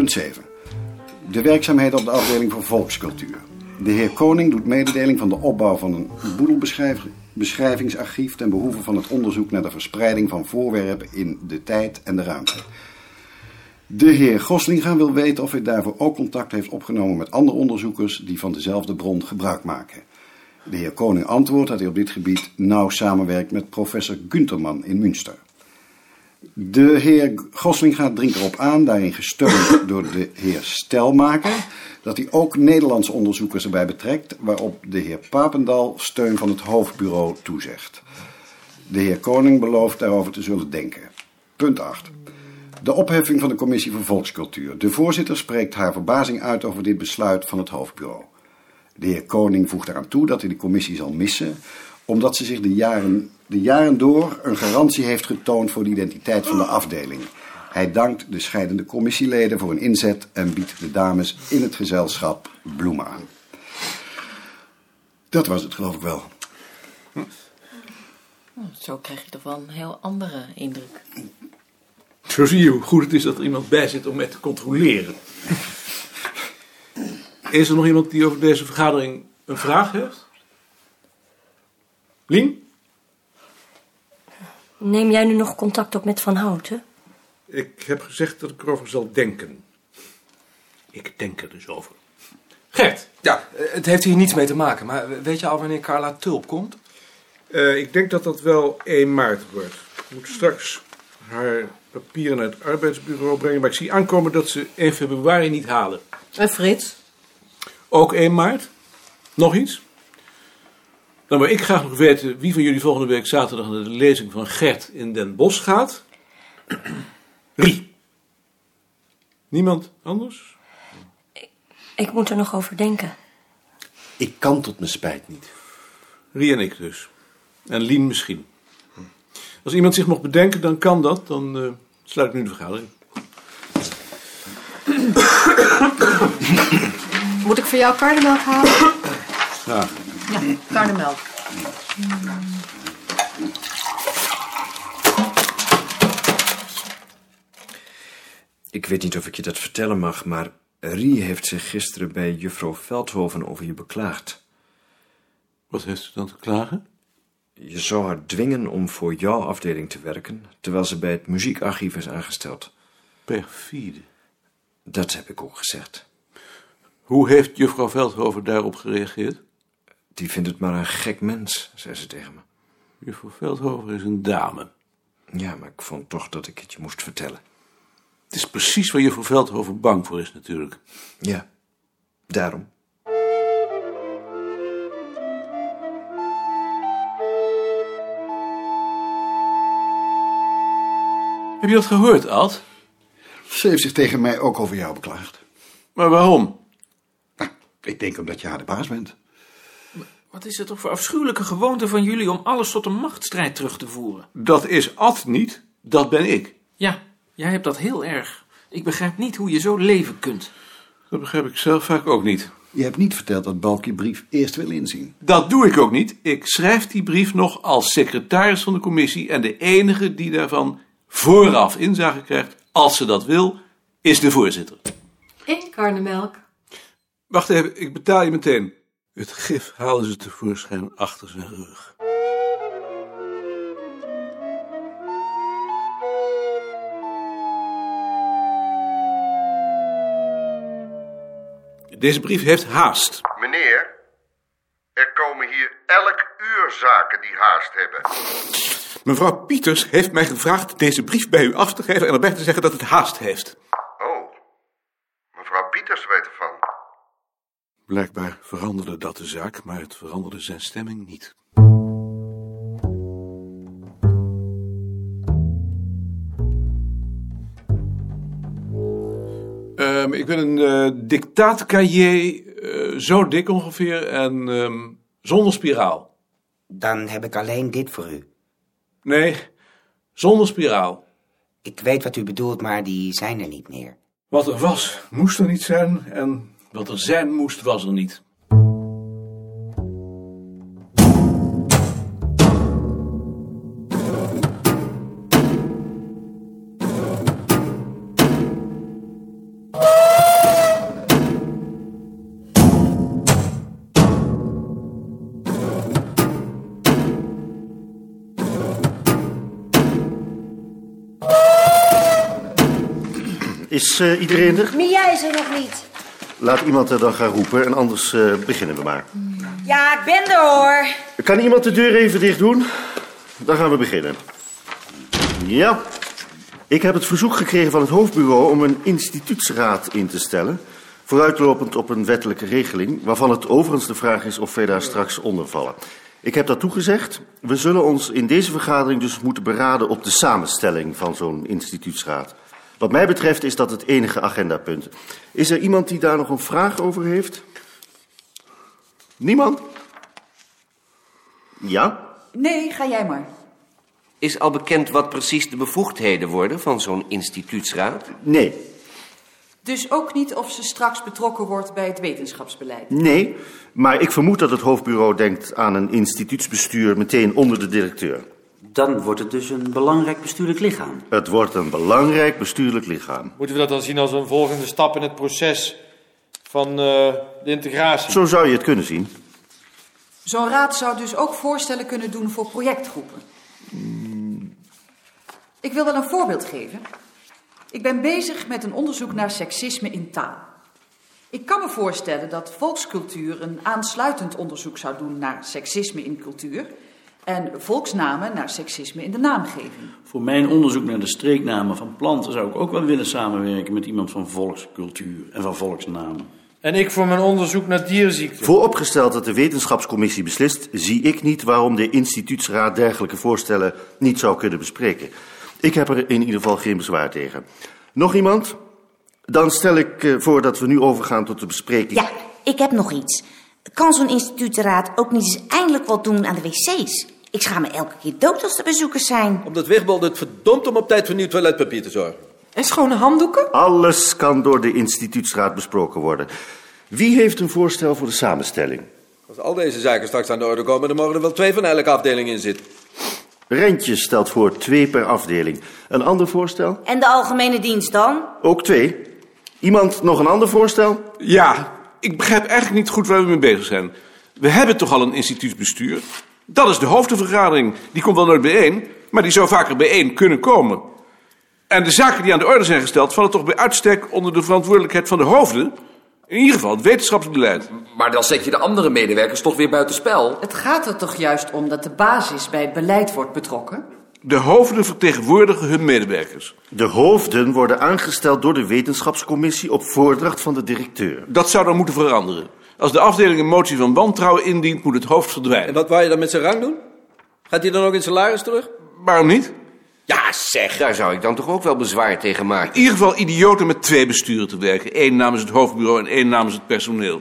Punt 7. De werkzaamheden op de afdeling voor volkscultuur. De heer Koning doet mededeling van de opbouw van een boedelbeschrijvingsarchief ten behoeve van het onderzoek naar de verspreiding van voorwerpen in de tijd en de ruimte. De heer Goslinga wil weten of hij daarvoor ook contact heeft opgenomen met andere onderzoekers die van dezelfde bron gebruik maken. De heer Koning antwoordt dat hij op dit gebied nauw samenwerkt met professor Gunterman in Münster. De heer Goslinga dringt erop aan, daarin gesteund door de heer Stelmaker, dat hij ook Nederlandse onderzoekers erbij betrekt, waarop de heer Papendal steun van het hoofdbureau toezegt. De heer Koning belooft daarover te zullen denken. Punt 8. De opheffing van de commissie voor volkscultuur. De voorzitter spreekt haar verbazing uit over dit besluit van het hoofdbureau. De heer Koning voegt eraan toe dat hij de commissie zal missen, omdat ze zich de jaren door een garantie heeft getoond voor de identiteit van de afdeling. Hij dankt de scheidende commissieleden voor hun inzet en biedt de dames in het gezelschap bloemen aan. Dat was het, geloof ik wel. Zo krijg je toch wel een heel andere indruk. Zo zie je hoe goed het is dat er iemand bij zit om mij te controleren. Is er nog iemand die over deze vergadering een vraag heeft? Lien? Neem jij nu nog contact op met Van Houten? Ik heb gezegd dat ik erover zal denken. Ik denk er dus over. Gert? Ja, het heeft hier niets mee te maken, maar weet je al wanneer Carla Tulp komt? Ik denk dat dat wel 1 maart wordt. Ik moet straks haar papieren naar het arbeidsbureau brengen, maar ik zie aankomen dat ze 1 februari niet halen. En Frits? Ook 1 maart? Nog iets? Dan wil ik graag nog weten wie van jullie volgende week zaterdag naar de lezing van Gert in Den Bosch gaat. Rie. Niemand anders? Ik moet er nog over denken. Ik kan tot mijn spijt niet. Rie en ik dus. En Lien misschien. Als iemand zich mocht bedenken, dan kan dat. Dan sluit ik nu de vergadering. Moet ik voor jou karnemelk halen? Ja. Ja, karnemelk. Ik weet niet of ik je dat vertellen mag, maar Rie heeft zich gisteren bij juffrouw Veldhoven over je beklaagd. Wat heeft ze dan te klagen? Je zou haar dwingen om voor jouw afdeling te werken, terwijl ze bij het muziekarchief is aangesteld. Perfide. Dat heb ik ook gezegd. Hoe heeft juffrouw Veldhoven daarop gereageerd? Die vindt het maar een gek mens, zei ze tegen me. Juffrouw Veldhoven is een dame. Ja, maar ik vond toch dat ik het je moest vertellen. Het is precies waar juffrouw Veldhoven bang voor is natuurlijk. Ja, daarom. Heb je dat gehoord, Ad? Ze heeft zich tegen mij ook over jou beklaagd. Maar waarom? Nou, ik denk omdat je haar de baas bent. Wat is het toch voor afschuwelijke gewoonte van jullie om alles tot een machtsstrijd terug te voeren? Dat is Ad niet, dat ben ik. Ja, jij hebt dat heel erg. Ik begrijp niet hoe je zo leven kunt. Dat begrijp ik zelf vaak ook niet. Je hebt niet verteld dat Balk je brief eerst wil inzien. Dat doe ik ook niet. Ik schrijf die brief nog als secretaris van de commissie en de enige die daarvan vooraf inzage krijgt, als ze dat wil, is de voorzitter. 1 karnemelk. Wacht even, ik betaal je meteen. Het gif haalden ze tevoorschijn achter zijn rug. Deze brief heeft haast. Meneer, er komen hier elk uur zaken die haast hebben. Mevrouw Pieters heeft mij gevraagd deze brief bij u af te geven en erbij te zeggen dat het haast heeft. Oh, mevrouw Pieters weet ervan. Blijkbaar veranderde dat de zaak, maar het veranderde zijn stemming niet. Ik wil een dictaatcahier, zo dik ongeveer, en zonder spiraal. Dan heb ik alleen dit voor u. Nee, zonder spiraal. Ik weet wat u bedoelt, maar die zijn er niet meer. Wat er was, moest er niet zijn, en wat er zijn moest, was er niet. Is iedereen er? Mia is er nog niet. Laat iemand er dan gaan roepen en anders beginnen we maar. Ja, ik ben er hoor. Kan iemand de deur even dicht doen? Dan gaan we beginnen. Ja. Ik heb het verzoek gekregen van het hoofdbureau om een instituutsraad in te stellen, vooruitlopend op een wettelijke regeling, waarvan het overigens de vraag is of wij daar straks onder vallen. Ik heb dat toegezegd. We zullen ons in deze vergadering dus moeten beraden op de samenstelling van zo'n instituutsraad. Wat mij betreft is dat het enige agendapunt. Is er iemand die daar nog een vraag over heeft? Niemand? Ja? Nee, ga jij maar. Is al bekend wat precies de bevoegdheden worden van zo'n instituutsraad? Nee. Dus ook niet of ze straks betrokken wordt bij het wetenschapsbeleid? Nee, maar ik vermoed dat het hoofdbureau denkt aan een instituutsbestuur meteen onder de directeur. Dan wordt het dus een belangrijk bestuurlijk lichaam. Het wordt een belangrijk bestuurlijk lichaam. Moeten we dat dan zien als een volgende stap in het proces van de integratie? Zo zou je het kunnen zien. Zo'n raad zou dus ook voorstellen kunnen doen voor projectgroepen. Ik wil wel een voorbeeld geven. Ik ben bezig met een onderzoek naar seksisme in taal. Ik kan me voorstellen dat volkscultuur een aansluitend onderzoek zou doen naar seksisme in cultuur en volksnamen naar seksisme in de naamgeving. Voor mijn onderzoek naar de streeknamen van planten zou ik ook wel willen samenwerken met iemand van volkscultuur en van volksnamen. En ik voor mijn onderzoek naar dierziekten. Vooropgesteld dat de wetenschapscommissie beslist, zie ik niet waarom de instituutsraad dergelijke voorstellen niet zou kunnen bespreken. Ik heb er in ieder geval geen bezwaar tegen. Nog iemand? Dan stel ik voor dat we nu overgaan tot de bespreking. Ja, ik heb nog iets. Kan zo'n instituutraad ook niet eens eindelijk wat doen aan de wc's? Ik schaam me elke keer dood als er bezoekers zijn. Omdat Wigbold het verdomd om op tijd voor nieuw toiletpapier te zorgen. En schone handdoeken? Alles kan door de instituutsraad besproken worden. Wie heeft een voorstel voor de samenstelling? Als al deze zaken straks aan de orde komen, dan mogen er wel 2 van elke afdeling in zitten. Rentjes stelt voor 2 per afdeling. Een ander voorstel? En de algemene dienst dan? Ook 2. Iemand nog een ander voorstel? Ja, ik begrijp eigenlijk niet goed waar we mee bezig zijn. We hebben toch al een instituutsbestuur? Dat is de hoofdenvergadering. Die komt wel nooit bijeen, maar die zou vaker bijeen kunnen komen. En de zaken die aan de orde zijn gesteld vallen toch bij uitstek onder de verantwoordelijkheid van de hoofden? In ieder geval het wetenschapsbeleid. Maar dan zet je de andere medewerkers toch weer buitenspel? Het gaat er toch juist om dat de basis bij het beleid wordt betrokken? De hoofden vertegenwoordigen hun medewerkers. De hoofden worden aangesteld door de wetenschapscommissie op voordracht van de directeur. Dat zou dan moeten veranderen. Als de afdeling een motie van wantrouwen indient, moet het hoofd verdwijnen. En wat wou je dan met zijn rang doen? Gaat hij dan ook in salaris terug? Waarom niet? Ja, zeg, daar zou ik dan toch ook wel bezwaar tegen maken. In ieder geval idioten met 2 besturen te werken. 1 namens het hoofdbureau en 1 namens het personeel.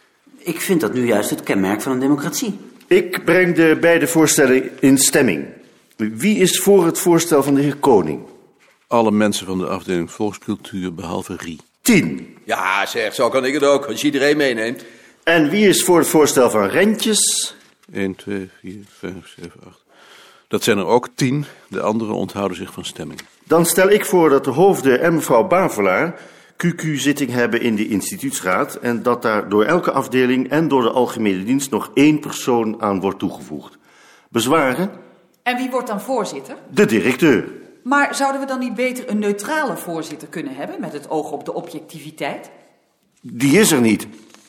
Ik vind dat nu juist het kenmerk van een democratie. Ik breng de beide voorstellen in stemming. Wie is voor het voorstel van de heer Koning? Alle mensen van de afdeling volkscultuur, behalve Rie. 10. Ja, zeg, zo kan ik het ook, als je iedereen meeneemt. En wie is voor het voorstel van Rentjes? 1, 2, 4, 5, 7, 8. Dat zijn er ook 10. De anderen onthouden zich van stemming. Dan stel ik voor dat de hoofden en mevrouw Bavelaar QQ-zitting hebben in de instituutsraad en dat daar door elke afdeling en door de algemene dienst nog 1 persoon aan wordt toegevoegd. Bezwaren? En wie wordt dan voorzitter? De directeur. Maar zouden we dan niet beter een neutrale voorzitter kunnen hebben met het oog op de objectiviteit? Die is er niet.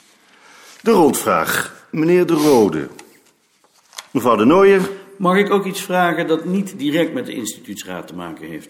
De rondvraag. Meneer De Rode. Mevrouw De Nooijer. Mag ik ook iets vragen dat niet direct met de instituutsraad te maken heeft?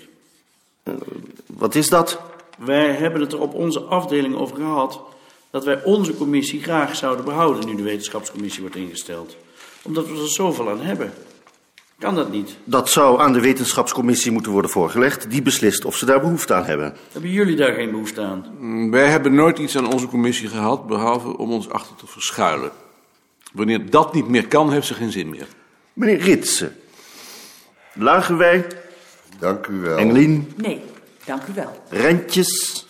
Wat is dat? Wij hebben het er op onze afdeling over gehad dat wij onze commissie graag zouden behouden nu de wetenschapscommissie wordt ingesteld. Omdat we er zoveel aan hebben. Kan dat niet? Dat zou aan de wetenschapscommissie moeten worden voorgelegd. Die beslist of ze daar behoefte aan hebben. Hebben jullie daar geen behoefte aan? Wij hebben nooit iets aan onze commissie gehad, behalve om ons achter te verschuilen. Wanneer dat niet meer kan, heeft ze geen zin meer. Meneer Ritsen. Lagerwij. Dank u wel. Engelien. Nee, dank u wel. Rentjes.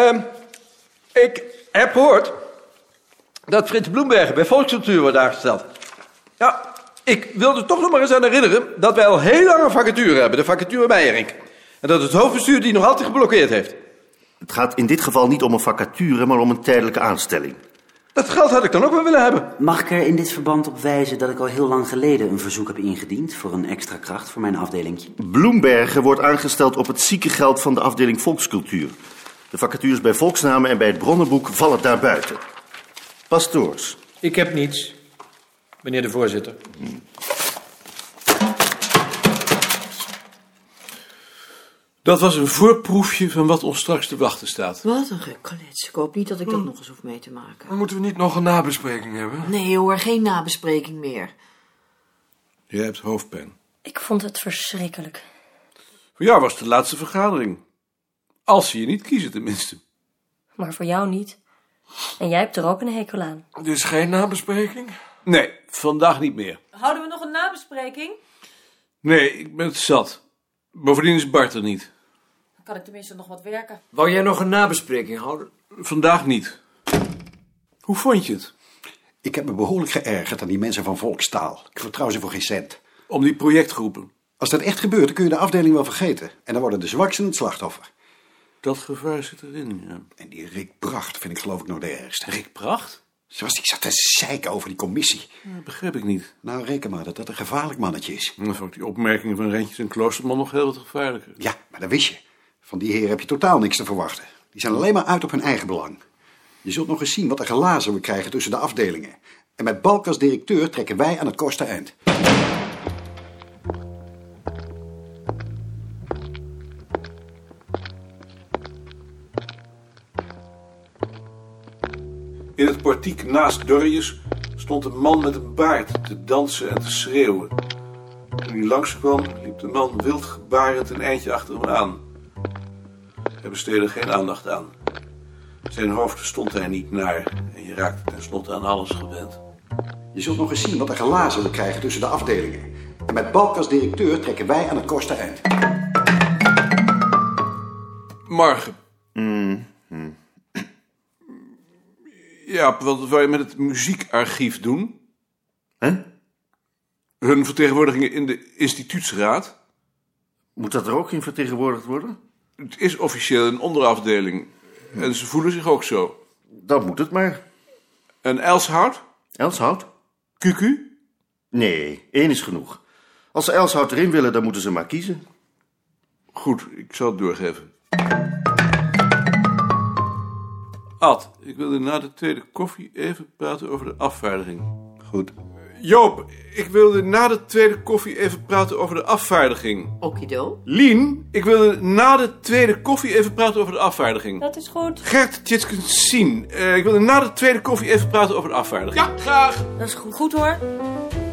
Ik heb gehoord dat Frits Bloembergen bij volkscultuur wordt aangesteld. Ja, ik wilde toch nog maar eens aan herinneren dat wij al heel lang een vacature hebben. De vacature Meijerink. En dat het hoofdbestuur die nog altijd geblokkeerd heeft. Het gaat in dit geval niet om een vacature, maar om een tijdelijke aanstelling. Dat geld had ik dan ook wel willen hebben. Mag ik er in dit verband op wijzen dat ik al heel lang geleden een verzoek heb ingediend voor een extra kracht voor mijn afdelingje? Bloembergen wordt aangesteld op het ziekengeld van de afdeling volkscultuur. De vacatures bij Volksnamen en bij het bronnenboek vallen daarbuiten. Pastoors. Ik heb niets, meneer de voorzitter. Dat was een voorproefje van wat ons straks te wachten staat. Wat een geklets. Ik hoop niet dat ik dat nog eens hoef mee te maken. Maar moeten we niet nog een nabespreking hebben? Nee hoor, geen nabespreking meer. Jij hebt hoofdpijn. Ik vond het verschrikkelijk. Voor jou was het de laatste vergadering. Als ze je niet kiezen tenminste. Maar voor jou niet. En jij hebt er ook een hekel aan. Dus geen nabespreking? Nee, vandaag niet meer. Houden we nog een nabespreking? Nee, ik ben het zat. Bovendien is Bart er niet. Dan kan ik tenminste nog wat werken. Wou jij nog een nabespreking houden? Vandaag niet. Hoe vond je het? Ik heb me behoorlijk geërgerd aan die mensen van Volkstaal. Ik vertrouw ze voor geen cent. Om die projectgroepen. Als dat echt gebeurt, dan kun je de afdeling wel vergeten. En dan worden de zwaksten het slachtoffer. Dat gevaar zit erin, ja. En die Rick Bracht vind ik geloof ik nog de ergste. Rick Bracht? Zoals die zat te zeiken over die commissie. Dat begrijp ik niet. Nou, reken maar dat dat een gevaarlijk mannetje is. Dan vond ik die opmerkingen van Rentjes en Kloosterman nog heel wat gevaarlijker. Ja, maar dat wist je. Van die heren heb je totaal niks te verwachten. Die zijn alleen maar uit op hun eigen belang. Je zult nog eens zien wat een glazen we krijgen tussen de afdelingen. En met Balk als directeur trekken wij aan het kortste eind. In het portiek naast Dorrius stond een man met een baard te dansen en te schreeuwen. Toen hij langskwam, liep de man wild gebarend een eindje achter hem aan. Hij besteedde geen aandacht aan. Zijn hoofd stond hij niet naar en je raakte tenslotte aan alles gewend. Je zult nog eens zien wat een glazen we krijgen tussen de afdelingen. En met Balk als directeur trekken wij aan het kortste eind. Morgen. Ja, wat wou je met het muziekarchief doen? Hun vertegenwoordigingen in de instituutsraad. Moet dat er ook in vertegenwoordigd worden? Het is officieel een onderafdeling. En ze voelen zich ook zo. Dan moet het maar. En Elshout? Elshout? QQ? Nee, 1 is genoeg. Als ze Elshout erin willen, dan moeten ze maar kiezen. Goed, ik zal het doorgeven. Ad, ik wilde na de tweede koffie even praten over de afvaardiging. Goed. Joop, ik wilde na de tweede koffie even praten over de afvaardiging. Okido. Lien, ik wilde na de tweede koffie even praten over de afvaardiging. Dat is goed. Gert Tjitskensien, ik wilde na de tweede koffie even praten over de afvaardiging. Ja, graag. Dat is goed. Goed hoor.